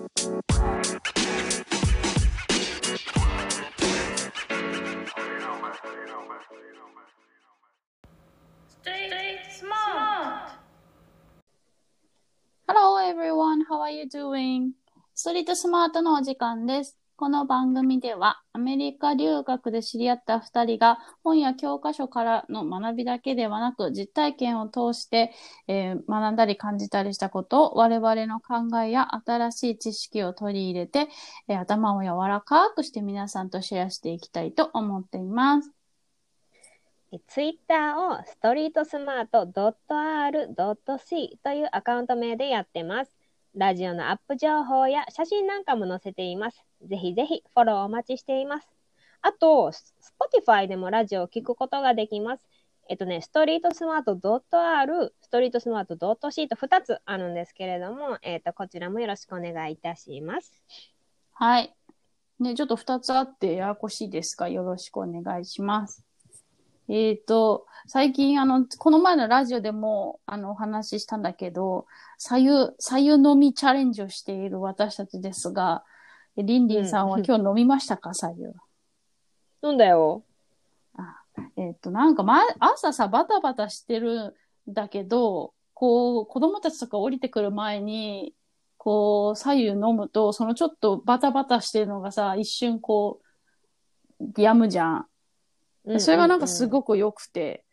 Hello everyone, how are you doing? ストリートスマートのお時間です。この番組ではアメリカ留学で知り合った2人が本や教科書からの学びだけではなく実体験を通して、学んだり感じたりしたことを我々の考えや新しい知識を取り入れて、頭を柔らかくして皆さんとシェアしていきたいと思っています。 ツイッターをストリートスマート .r.c というアカウント名でやってます。ラジオのアップ情報や写真なんかも載せています。ぜひぜひフォローお待ちしています。あと、Spotify でもラジオを聞くことができます。ストリートスマート .r、ストリートスマート .c と2つあるんですけれども、こちらもよろしくお願いいたします。 はい。ね、ちょっと2つあってややこしいですが、よろしくお願いします。最近この前のラジオでもお話ししたんだけど、左右飲みチャレンジをしている私たちですが、リンリンさんは今日飲みましたか、左右。 飲んだよ。 なんか朝さ、バタバタしてるんだけど、こう、子供たちとか降りてくる前に、こう、左右飲むと、そのちょっとバタバタしてるのがさ、一瞬こう、止むじゃん。それがなんかすごく良くて。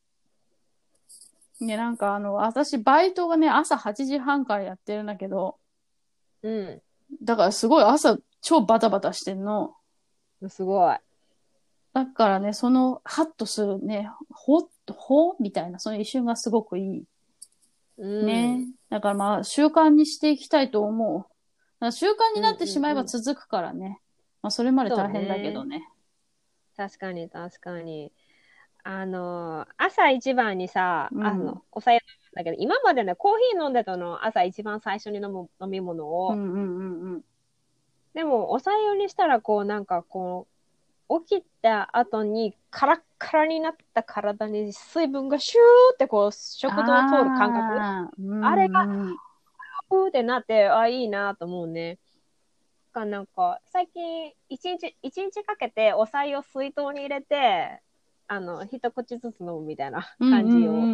ね、なんか私バイトがね、朝8時半からやってるんだけど、だからすごい朝超バタバタしてんの。 すごい。 だからね、ハッとするね、みたいな、その一瞬がすごくいい。ね。だからまあ、習慣にしていきたいと思う。だから習慣になってしまえば続くからね。まあ、それまで大変だけどね。 確かに、確かに。朝一番にさ、お酒飲むんだけど、今までね、コーヒー飲んでたの、朝一番最初に飲む飲み物を。でも、お茶湯にしたら、こう、なんかこう、起きた後に、カラッカラになった体に水分がシューってこう、食道を通る感覚。あれが、ふーってなって、いいなと思うね。なんか、最近、一日かけて、お茶湯を水筒に入れて、一口ずつ飲むみたいな感じを。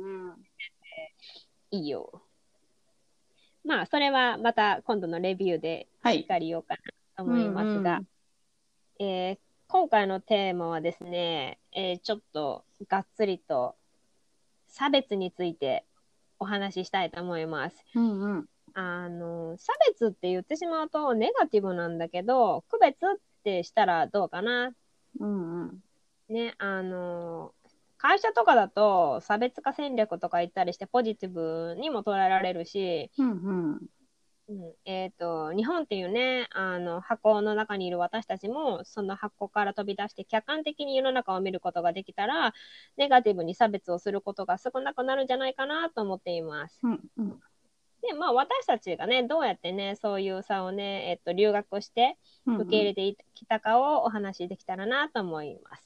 いいよ。まあ、それはまた今度のレビューでしっかり言おうかなと思いますが、今回のテーマはですね、ちょっとがっつりと差別についてお話ししたいと思います。差別って言ってしまうとネガティブなんだけど、区別ってしたらどうかな。ね、会社とかだと差別化戦略とか言ったりしてポジティブにも捉えられるし、日本っていうね、箱の中にいる私たちもその箱から飛び出して客観的に世の中を見ることができたら、ネガティブに差別をすることが少なくなるんじゃないかなと思っています。で、まあ私たちがね、どうやってね、そういう差をね、留学して受け入れてきたかをお話しできたらなと思います。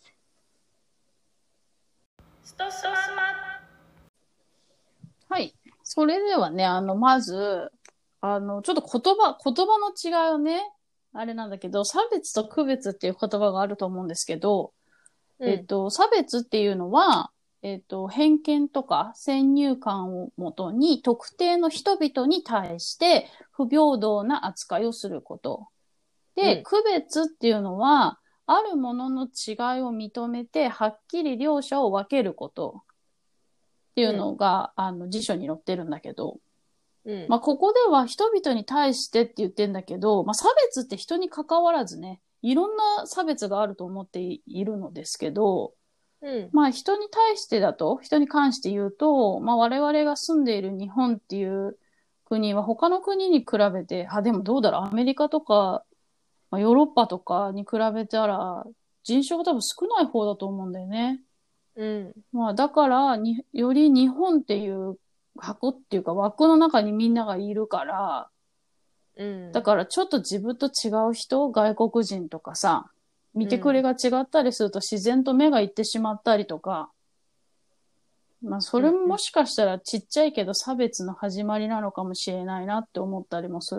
はい。それではね、まず、ちょっと言葉の違いをね、あれなんだけど、差別と区別っていう言葉があると思うんですけど、差別っていうのは、偏見とか先入観をもとに特定の人々に対して不平等な扱いをすること。で、区別っていうのは、あるものの違いを認めて、はっきり両者を分けることっていうのが、辞書に載ってるんだけど、まあ、ここでは人々に対してって言ってんだけど、まあ、差別って人に関わらずね、いろんな差別があると思っているのですけど、まあ人に対してだと、人に関して言うと、まあ我々が住んでいる日本っていう国は他の国に比べて、でもどうだろう、アメリカとか、まあ、ヨーロッパとかに比べたら人種が多分少ない方だと思うんだよね。まあだからより日本っていう箱っていうか枠の中にみんながいるから、だからちょっと自分と違う人、外国人とかさ、見てくれが違ったりすると自然と目がいってしまったりとか、まあそれももしかしたらちっちゃいけど差別の始まりなのかもしれないなって思ったりもする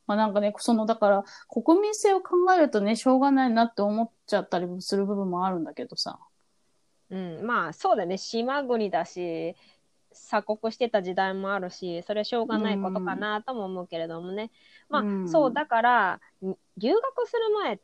まあなんかね、だから、国民性を考えるとね、しょうがないなって思っちゃったりする部分もあるんだけどさ。 うん、まあそうだね、島国だし、鎖国してた時代もあるし、それはしょうがうないことかん。 なとも思うけれどもね。まうあそう、 ん。 だから、留学する前って、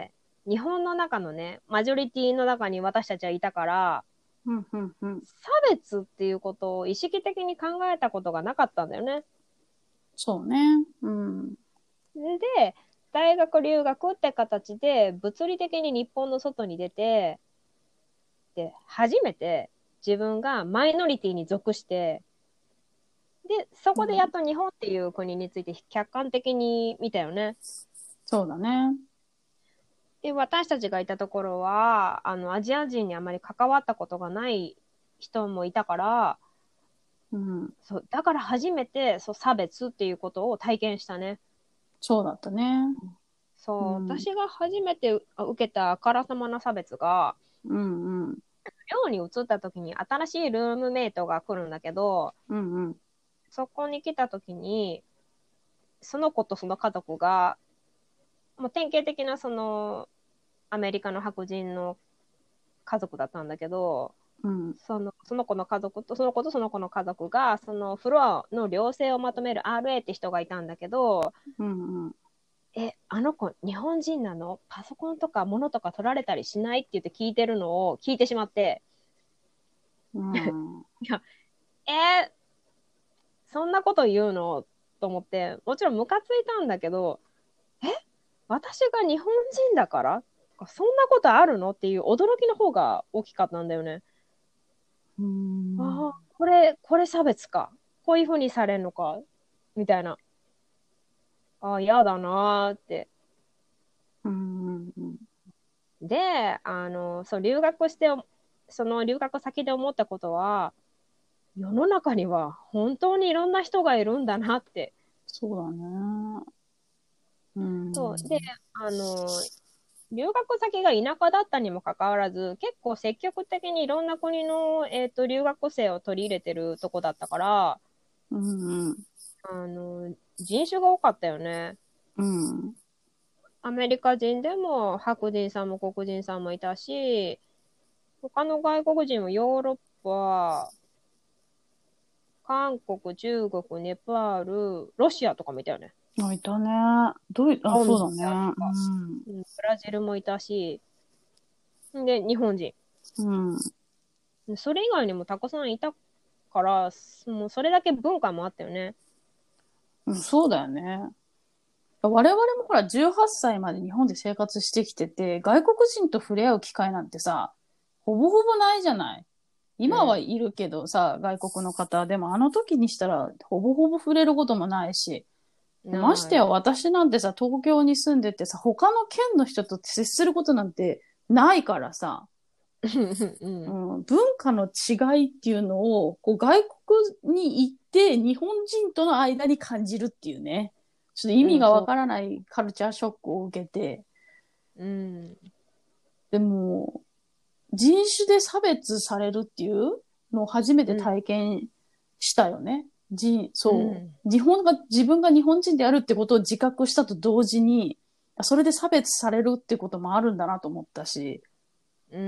日本の中のね、マジョリティの中に私たちはいたから、 うん、うん、うん。 差別っていうことを意識的に考えたことがなかったんだよね。 そうね。うん。 で、大学留学って形で物理的に日本の外に出て、で、初めて自分がマイノリティに属して、で、そこでやっと日本っていう国について客観的に見たよね。 そうだね。 で、私たちがいたところは、アジア人にあまり関わったことがない人もいたから、 うん。 そう、だから初めて、そう、差別っていうことを体験したね。 そうだったね。うそう、 ん。 私が初めて受けたあからさまな差別が、 うん、うん。 寮に移った時に新しいルームメイトが来るんだけど、 うん、うん。 そこに来た時に、その子とその家族が、もう典型的なアメリカの白人の家族だったんだけど、 うん。 その子の家族と、その子とその子の家族が、そのフロアの寮生をまとめる RA って人がいたんだけど、 うん、うん。 あの子日本人なの？パソコンとか物とか取られたりしないって言って聞いてるのを聞いてしまって、 うん。 いや、えーそんなこと言うのと思って、もちろんムカついたんだけど、私が日本人だからそんなことあるのっていう驚きの方が大きかったんだよね。 うん。 ああ、これ差別か。こういうふうにされるのか。みたいな。ああ、嫌だなーって。 うん。 で、そう、留学して、その留学先で思ったことは、世の中には本当にいろんな人がいるんだなって。 そうだね。うん。 そう。で、あの、留学先が田舎だったにもかかわらず、結構積極的にいろんな国の、留学生を取り入れてるとこだったから、 うん。 人種が多かったよね。 うん。 アメリカ人でも白人さんも黒人さんもいたし、他の外国人もヨーロッパ、韓国、中国、ネパール、ロシアとかもいたよね。 あ、いたね。そうだね。 ブラジルもいたし、で、日本人。 うん。 それ以外にもたくさんいたから、もうそれだけ文化もあったよね。 うん。そうだよね。我々もほら、18歳まで日本で生活してきてて、外国人と触れ合う機会なんてさ、ほぼほぼないじゃない。今はうん。 いるけどさ、外国の方。でもあの時にしたら、ほぼほぼ触れることもないし。でましてやない。 私なんてさ、東京に住んでてさ、他の県の人と接することなんてないからさ、 うん。 文化の違いっていうのを、外国に行って日本人との間に感じるっていうね。ちょっと意うん、そ味がわからないカルチャーショックを受けて、 う。うん。 でも、人種で差別されるっていうのを初めてうん。 体験したよね。そうん。 う。自分が日本人であるってことを自覚したと同時に、それで差別されるってこともあるんだなと思ったし。 うん。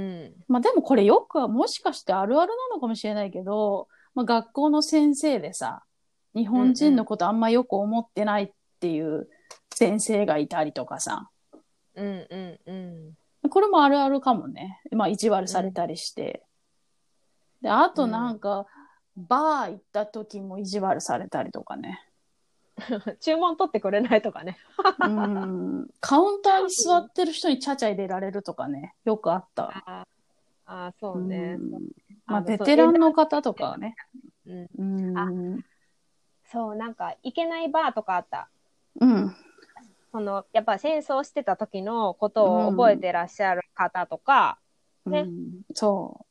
まあでもこれよくはもしかしてあるあるなのかもしれないけど、まあ学校の先生でさ、日うん。 本人のことあんまよく思ってないっていう先生がいたりとかさ。 うん。うん。うん。 これもあるあるかもね。まあ意地悪うん。 されたりして。で、あとなうん。 んか、バー行った時も意地悪されたりとかね。 注文取ってくれないとかね。 カウンターに座ってる人にちゃちゃ入れられるとかね。よくあった。 ああ、そううね。 ん。まあ、ベそう、 テランの方とかはね。 うん。 うあ、 ん。 そう、なんか、行けないバーとかあった。 うん。 やっぱ戦争してた時のこうとを覚えん。 てらっしゃる方とか、ね。 うん。そう。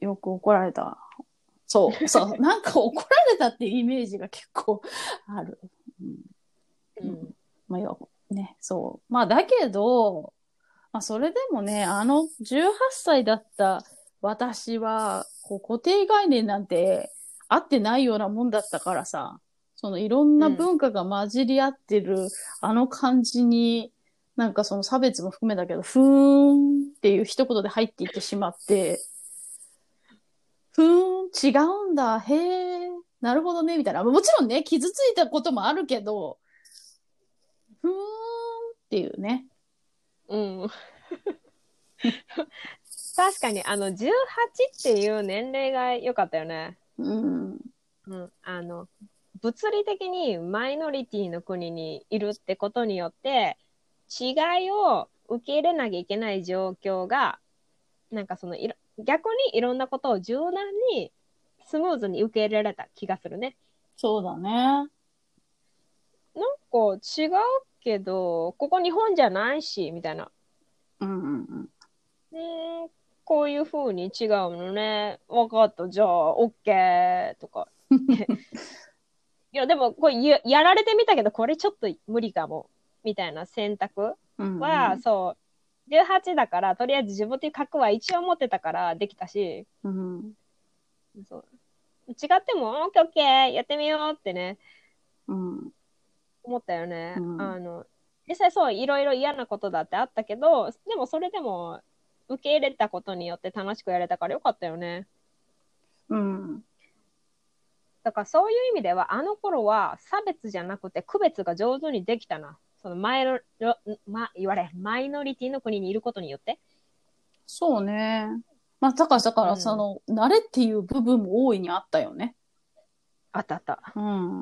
よく怒られた。そう。そう。なんか怒られたっていうイメージが結構ある。うん。 うん。 まあ、ね、そう。まあ、だけど、まあ、それでもね、18歳だった私は、固定概念なんて合ってないようなもんだったからさ。 そのいろんな文化が混じり合ってる、あの感じに、なんかその差別も含めだけど、ふーんっていう一言で入っていってしまって、ふーん、違うんだ、へー、なるほどね、みたいな。もちろんね、傷ついたこともあるけど、ふーんっていうね。 うん。確かに、18っていう年齢が良かったよね。 うん。 うん。物理的にマイノリティの国にいるってことによって、違いを受け入れなきゃいけない状況が、なんか逆にいろんなことを柔軟にスムーズに受け入れられた気がするね。 そうだね。 なんか違うけど、ここ日本じゃないし、みたいな。 うんうんうん。 こういう風に違うのね。わかった。じゃあ、OK とか。いや、でも、これやられてみたけど、これちょっと無理かも。みたいな選択うんうは、 ん。 そう、18だから、とりあえず自分っていう核は一応持ってたからできたし、 うん。 そう違っても、OK、OK、やってみようってね、 うん。 思ったよね。 うん。 実際そう、いろいろ嫌なことだってあったけど、でもそれでも、受け入れたことによって楽しくやれたからよかったよね。 うん。 だからそういう意味では、あの頃は差別じゃなくて区別が上手にできたな。その言われ、マイノリティの国にいることによって。 そうね。まあ、だから、そうん。 の、慣れっていう部分も大いにあったよね。 あったあった。 うん。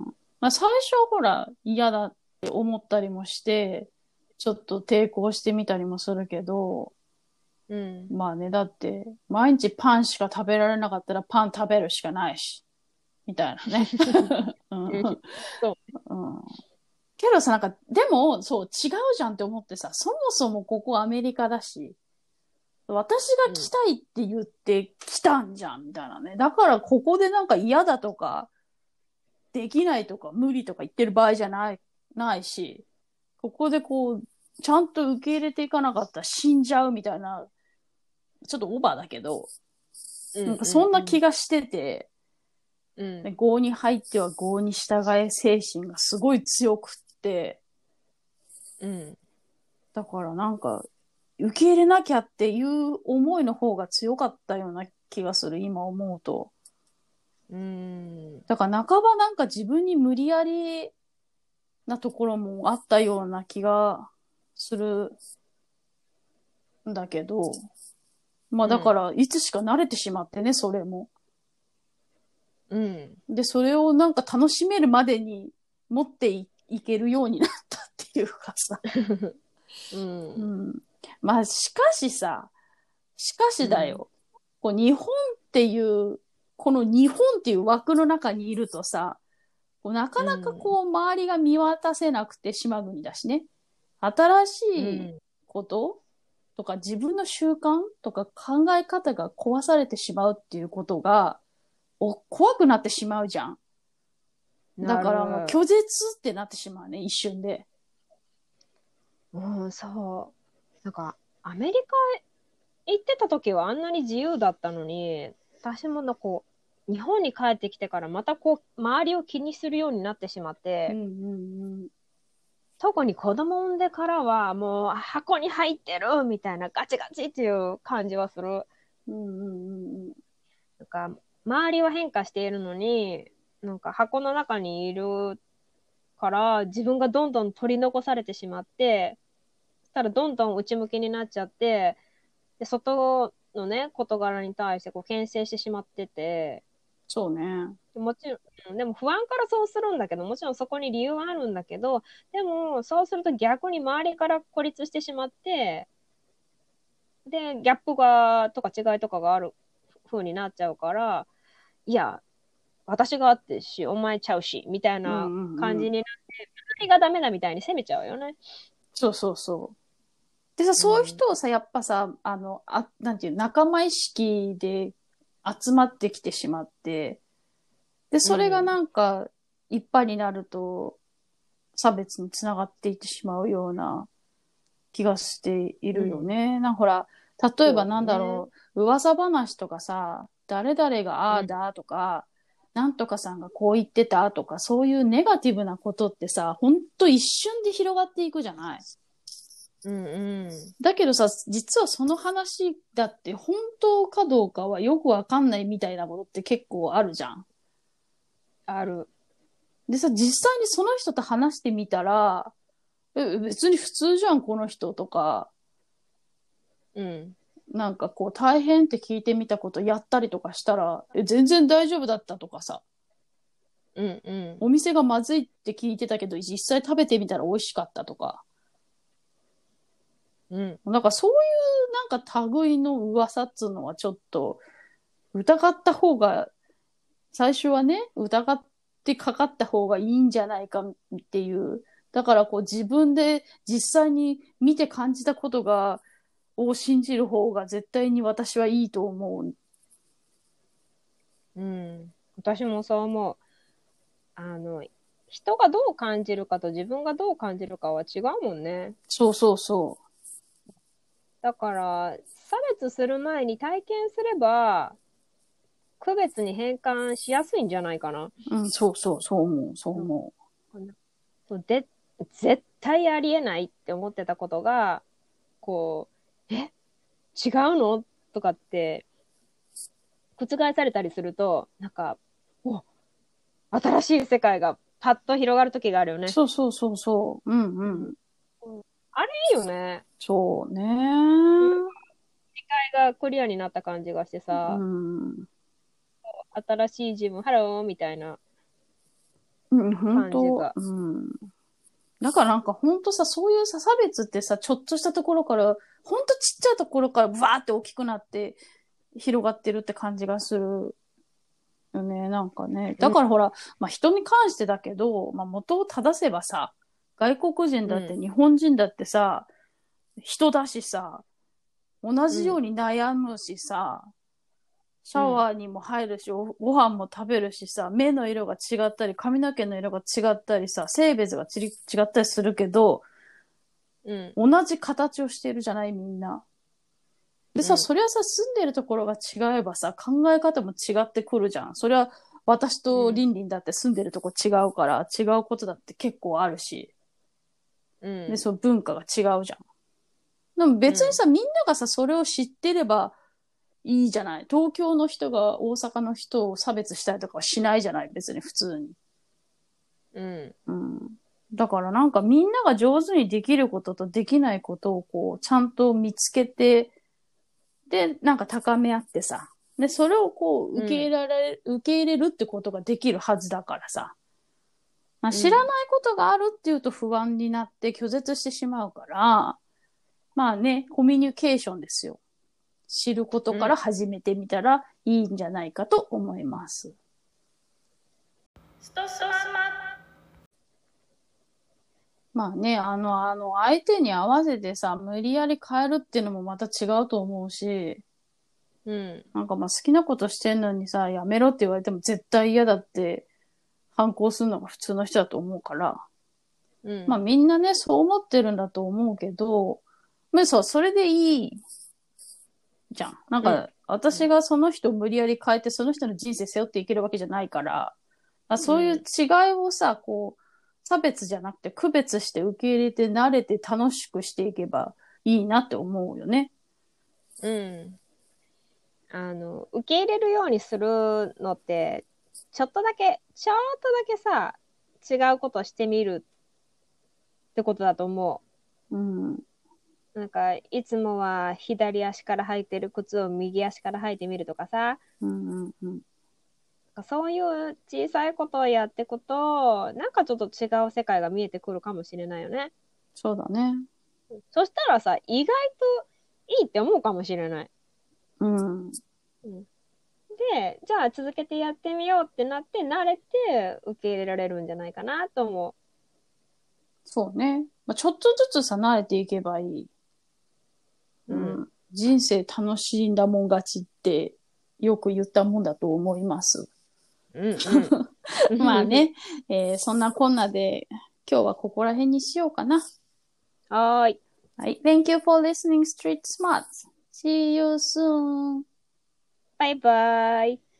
まあ、最初ほら、嫌だって思ったりもして、ちょっと抵抗してみたりもするけど、 うん。 まあね、だって、毎日パンしか食べられなかったらパン食べるしかないし、みたいなね。うん。 そう。 うん。けどさ、なんか、でも、そう、違うじゃんって思ってさ、そもそもここアメリカだし、私が来うん。 たいって言って来たんじゃん、みたいなね。だからここでなんか嫌だとか、できないとか、無理とか言ってる場合じゃないし、ここでこう、ちゃんと受け入れていかなかったら死んじゃうみたいな、ちょっとオーバーだけど、 うんなんかそんなうんうん。 気がしてて、 うん。 郷に入っては郷に従え精神がすごい強くって、 うん。 だからなんか、受け入れなきゃっていう思いの方が強かったような気がする、今思うと。 うん。 だから半ばなんか自分に無理やりなところもあったような気がするんだけど、まあだかうん。 らいつしか慣れてしまってね、それも。 うん。 で、それをなんか楽しめるまでに持っていけるようになったっていうかさ。 うん。 うん。まあしかしうん。 だよ。こう日本っていう、この日本っていう枠の中にいるとさ、こうなかなかうん。 こう周りが見渡せなくて島国だしね。新しいうん。 こととか自分の習慣とか考え方が壊されてしまうっていうことが、怖くなってしまうじゃん。だなからもうる。 拒絶ってなってしまうね、一瞬で。 うん、そう。なんか、アメリカ行ってた時はあんなに自由だったのに、私も日本に帰ってきてからまた周りを気にするようになってしまって、 うんうんうん。 特に子供産んでからはもう箱に入ってるみたいなガチガチっていう感じはする。 うんうんうんなんか、周りは変化しているのに、なんか箱の中にいるから自分がどんどん取り残されてしまって、そしたらどんどん内向きになっちゃって、で、外のね、事柄に対して牽制してしまってて、 そうね。 もちろん、でも不安からそうするんだけど、もちろんそこに理由はあるんだけど、でもそうすると逆に周りから孤立してしまって、で、ギャップとか違いとかがある風になっちゃうから、いや、私があってし、お前ちゃうし、みたいうんなうんうん。 感じになって、周りがダメだみたいに責めちゃうよね。 そうそうそう。でさ、そういううん。 人をさ、やっぱさ、なんていう、仲間意識で集まってきてしまって、で、それがうん。 なんか、いっぱいになると、差別につながっていってしまうような気がしているようん。 ね。ほら、例えそうばなんだだね。 ろう、噂話とかさ、誰々があうん。 あだとか、 なんとかさんがこう言ってたとか、そういうネガティブなことってさ、ほんと一瞬で広がっていくじゃない。 うんうん。 だけどさ、実はその話だって本当かどうかはよくわかんないみたいなことって結構あるじゃん。 ある。 でさ、実際にその人と話してみたら、別に普通じゃん、この人とか、 うん。 なんかこう大変って聞いてみたことやったりとかしたら、全然大丈夫だったとかさ、 うんうお店がまずいって聞いてたけど、実際食べてみたら美味しかったとか、 ん。うん。 なんかそういうなんか類の噂っつうのはちょっと疑った方が、最初はね、疑ってかかった方がいいんじゃないかっていう。だからこう自分で実際に見て感じたことを信じる方が絶対に私はいいと思う。 うん。私もそう思う。人がどう感じるかと自分がどう感じるかは違うもんね。 そうそうそだから、差別する前に体験すれば、区別に変換しやすいんじゃないかな。 う。うん、そうそう、そう思う、そううん思そう絶対ありえないって思ってたことが、こう、違うのとかって覆されたりすると、なんか、お、新しい世界がパッと広がる時があるよう。 ね。 そうそうそうそう。うんうん。 あれいいよね。 そうね。 世界がクリアになった感じがしてうさ、 ん。 新しい自分、ハローみたいなうん、本当感じが。 うん。だからなんか本当さ、そういうさ、差別ってさ、ちょっとしたところから、本当ちっちゃいところからバーって大きくなって広がってるって感じがするよね。なんかね。 うん、 だからほら、まあ人に関してだけど、まあ元を正せばさ、外国人だってうん、 日本人だってさ、人だしさ、同うん、 じように悩むしさ、シャうん、 ワーにも入るし、ご飯も食べるしさ、目の色が違ったり、髪の毛の色が違ったりさ、性別が違ったりするけど、 うん、 同じ形をしてるじゃないみんな。でさ、 うん、 そりゃさ、住んでるところが違えばさ、考え方も違ってくるじゃん。それは私とうん、 リンリンだって住んでるとこ違うから、違うことだって結構あるし。で、 うん、 その文化が違うじゃん。でも別にさ、みんながさ、それを知ってればいいじゃない。東京の人が大阪の人を差別したりとかはしないじゃない。別に普通に。 うん、 うん。だからなんかみんなが上手にできることとできないことをこう、ちゃんと見つけて、で、なんか高め合ってさ。で、それをこう、 うん、 受け入れるってことができるはずだからさ。まあ、 うん、 知らないことがあるっていうと不安になって拒絶してしまうから、まあね、コミュニケーションですよ。知ることからうん。 始めてみたらいいんじゃないかと思います。まあね、相手に合わせてさ、無理やり変えるっていうのもまた違うと思うし、 うん、 なんかまあ好きなことしてんのにさ、やめろって言われても絶対嫌だって反抗するのが普通の人だと思うから、まあうん、 みんなね、そう思ってるんだと思うけど、まあそう、それでいいじゃん。なんうん、 か、私がその人を無理やり変えて、その人の人生背負っていけるわけじゃないから、そういううん、 違いをさ、こう、差別じゃなくて区別して受け入れて慣れて楽しくしていけばいいなって思うよね。 うん。受け入れるようにするのって、ちょっとだけさ、違うことしてみるってことだと思うん。 う。なんか、いつもは左足から履いてる靴を右足から履いてみるとかさ、 うん、うん、うん。 そういう小さいことをやっていくと、なんかちょっと違う世界が見えてくるかもしれないよね。 そうだね。 そしたらさ、意外といいって思うかもしれない。 うん。 うん、で、じゃあ続けてやってみようってなって、慣れて受け入れられるんじゃないかなと思そうね。まあ、ちょっとずつさ、慣れていけばいい。 う。うん。 うん。人生楽しんだもん勝ちってよく言ったもんだと思います。 うんうん。 まあね、そんなこんなで今日はここら辺にしようかな。 はーい。 はい。Thank you for listening Street Smarts. See you soon. バイバイ。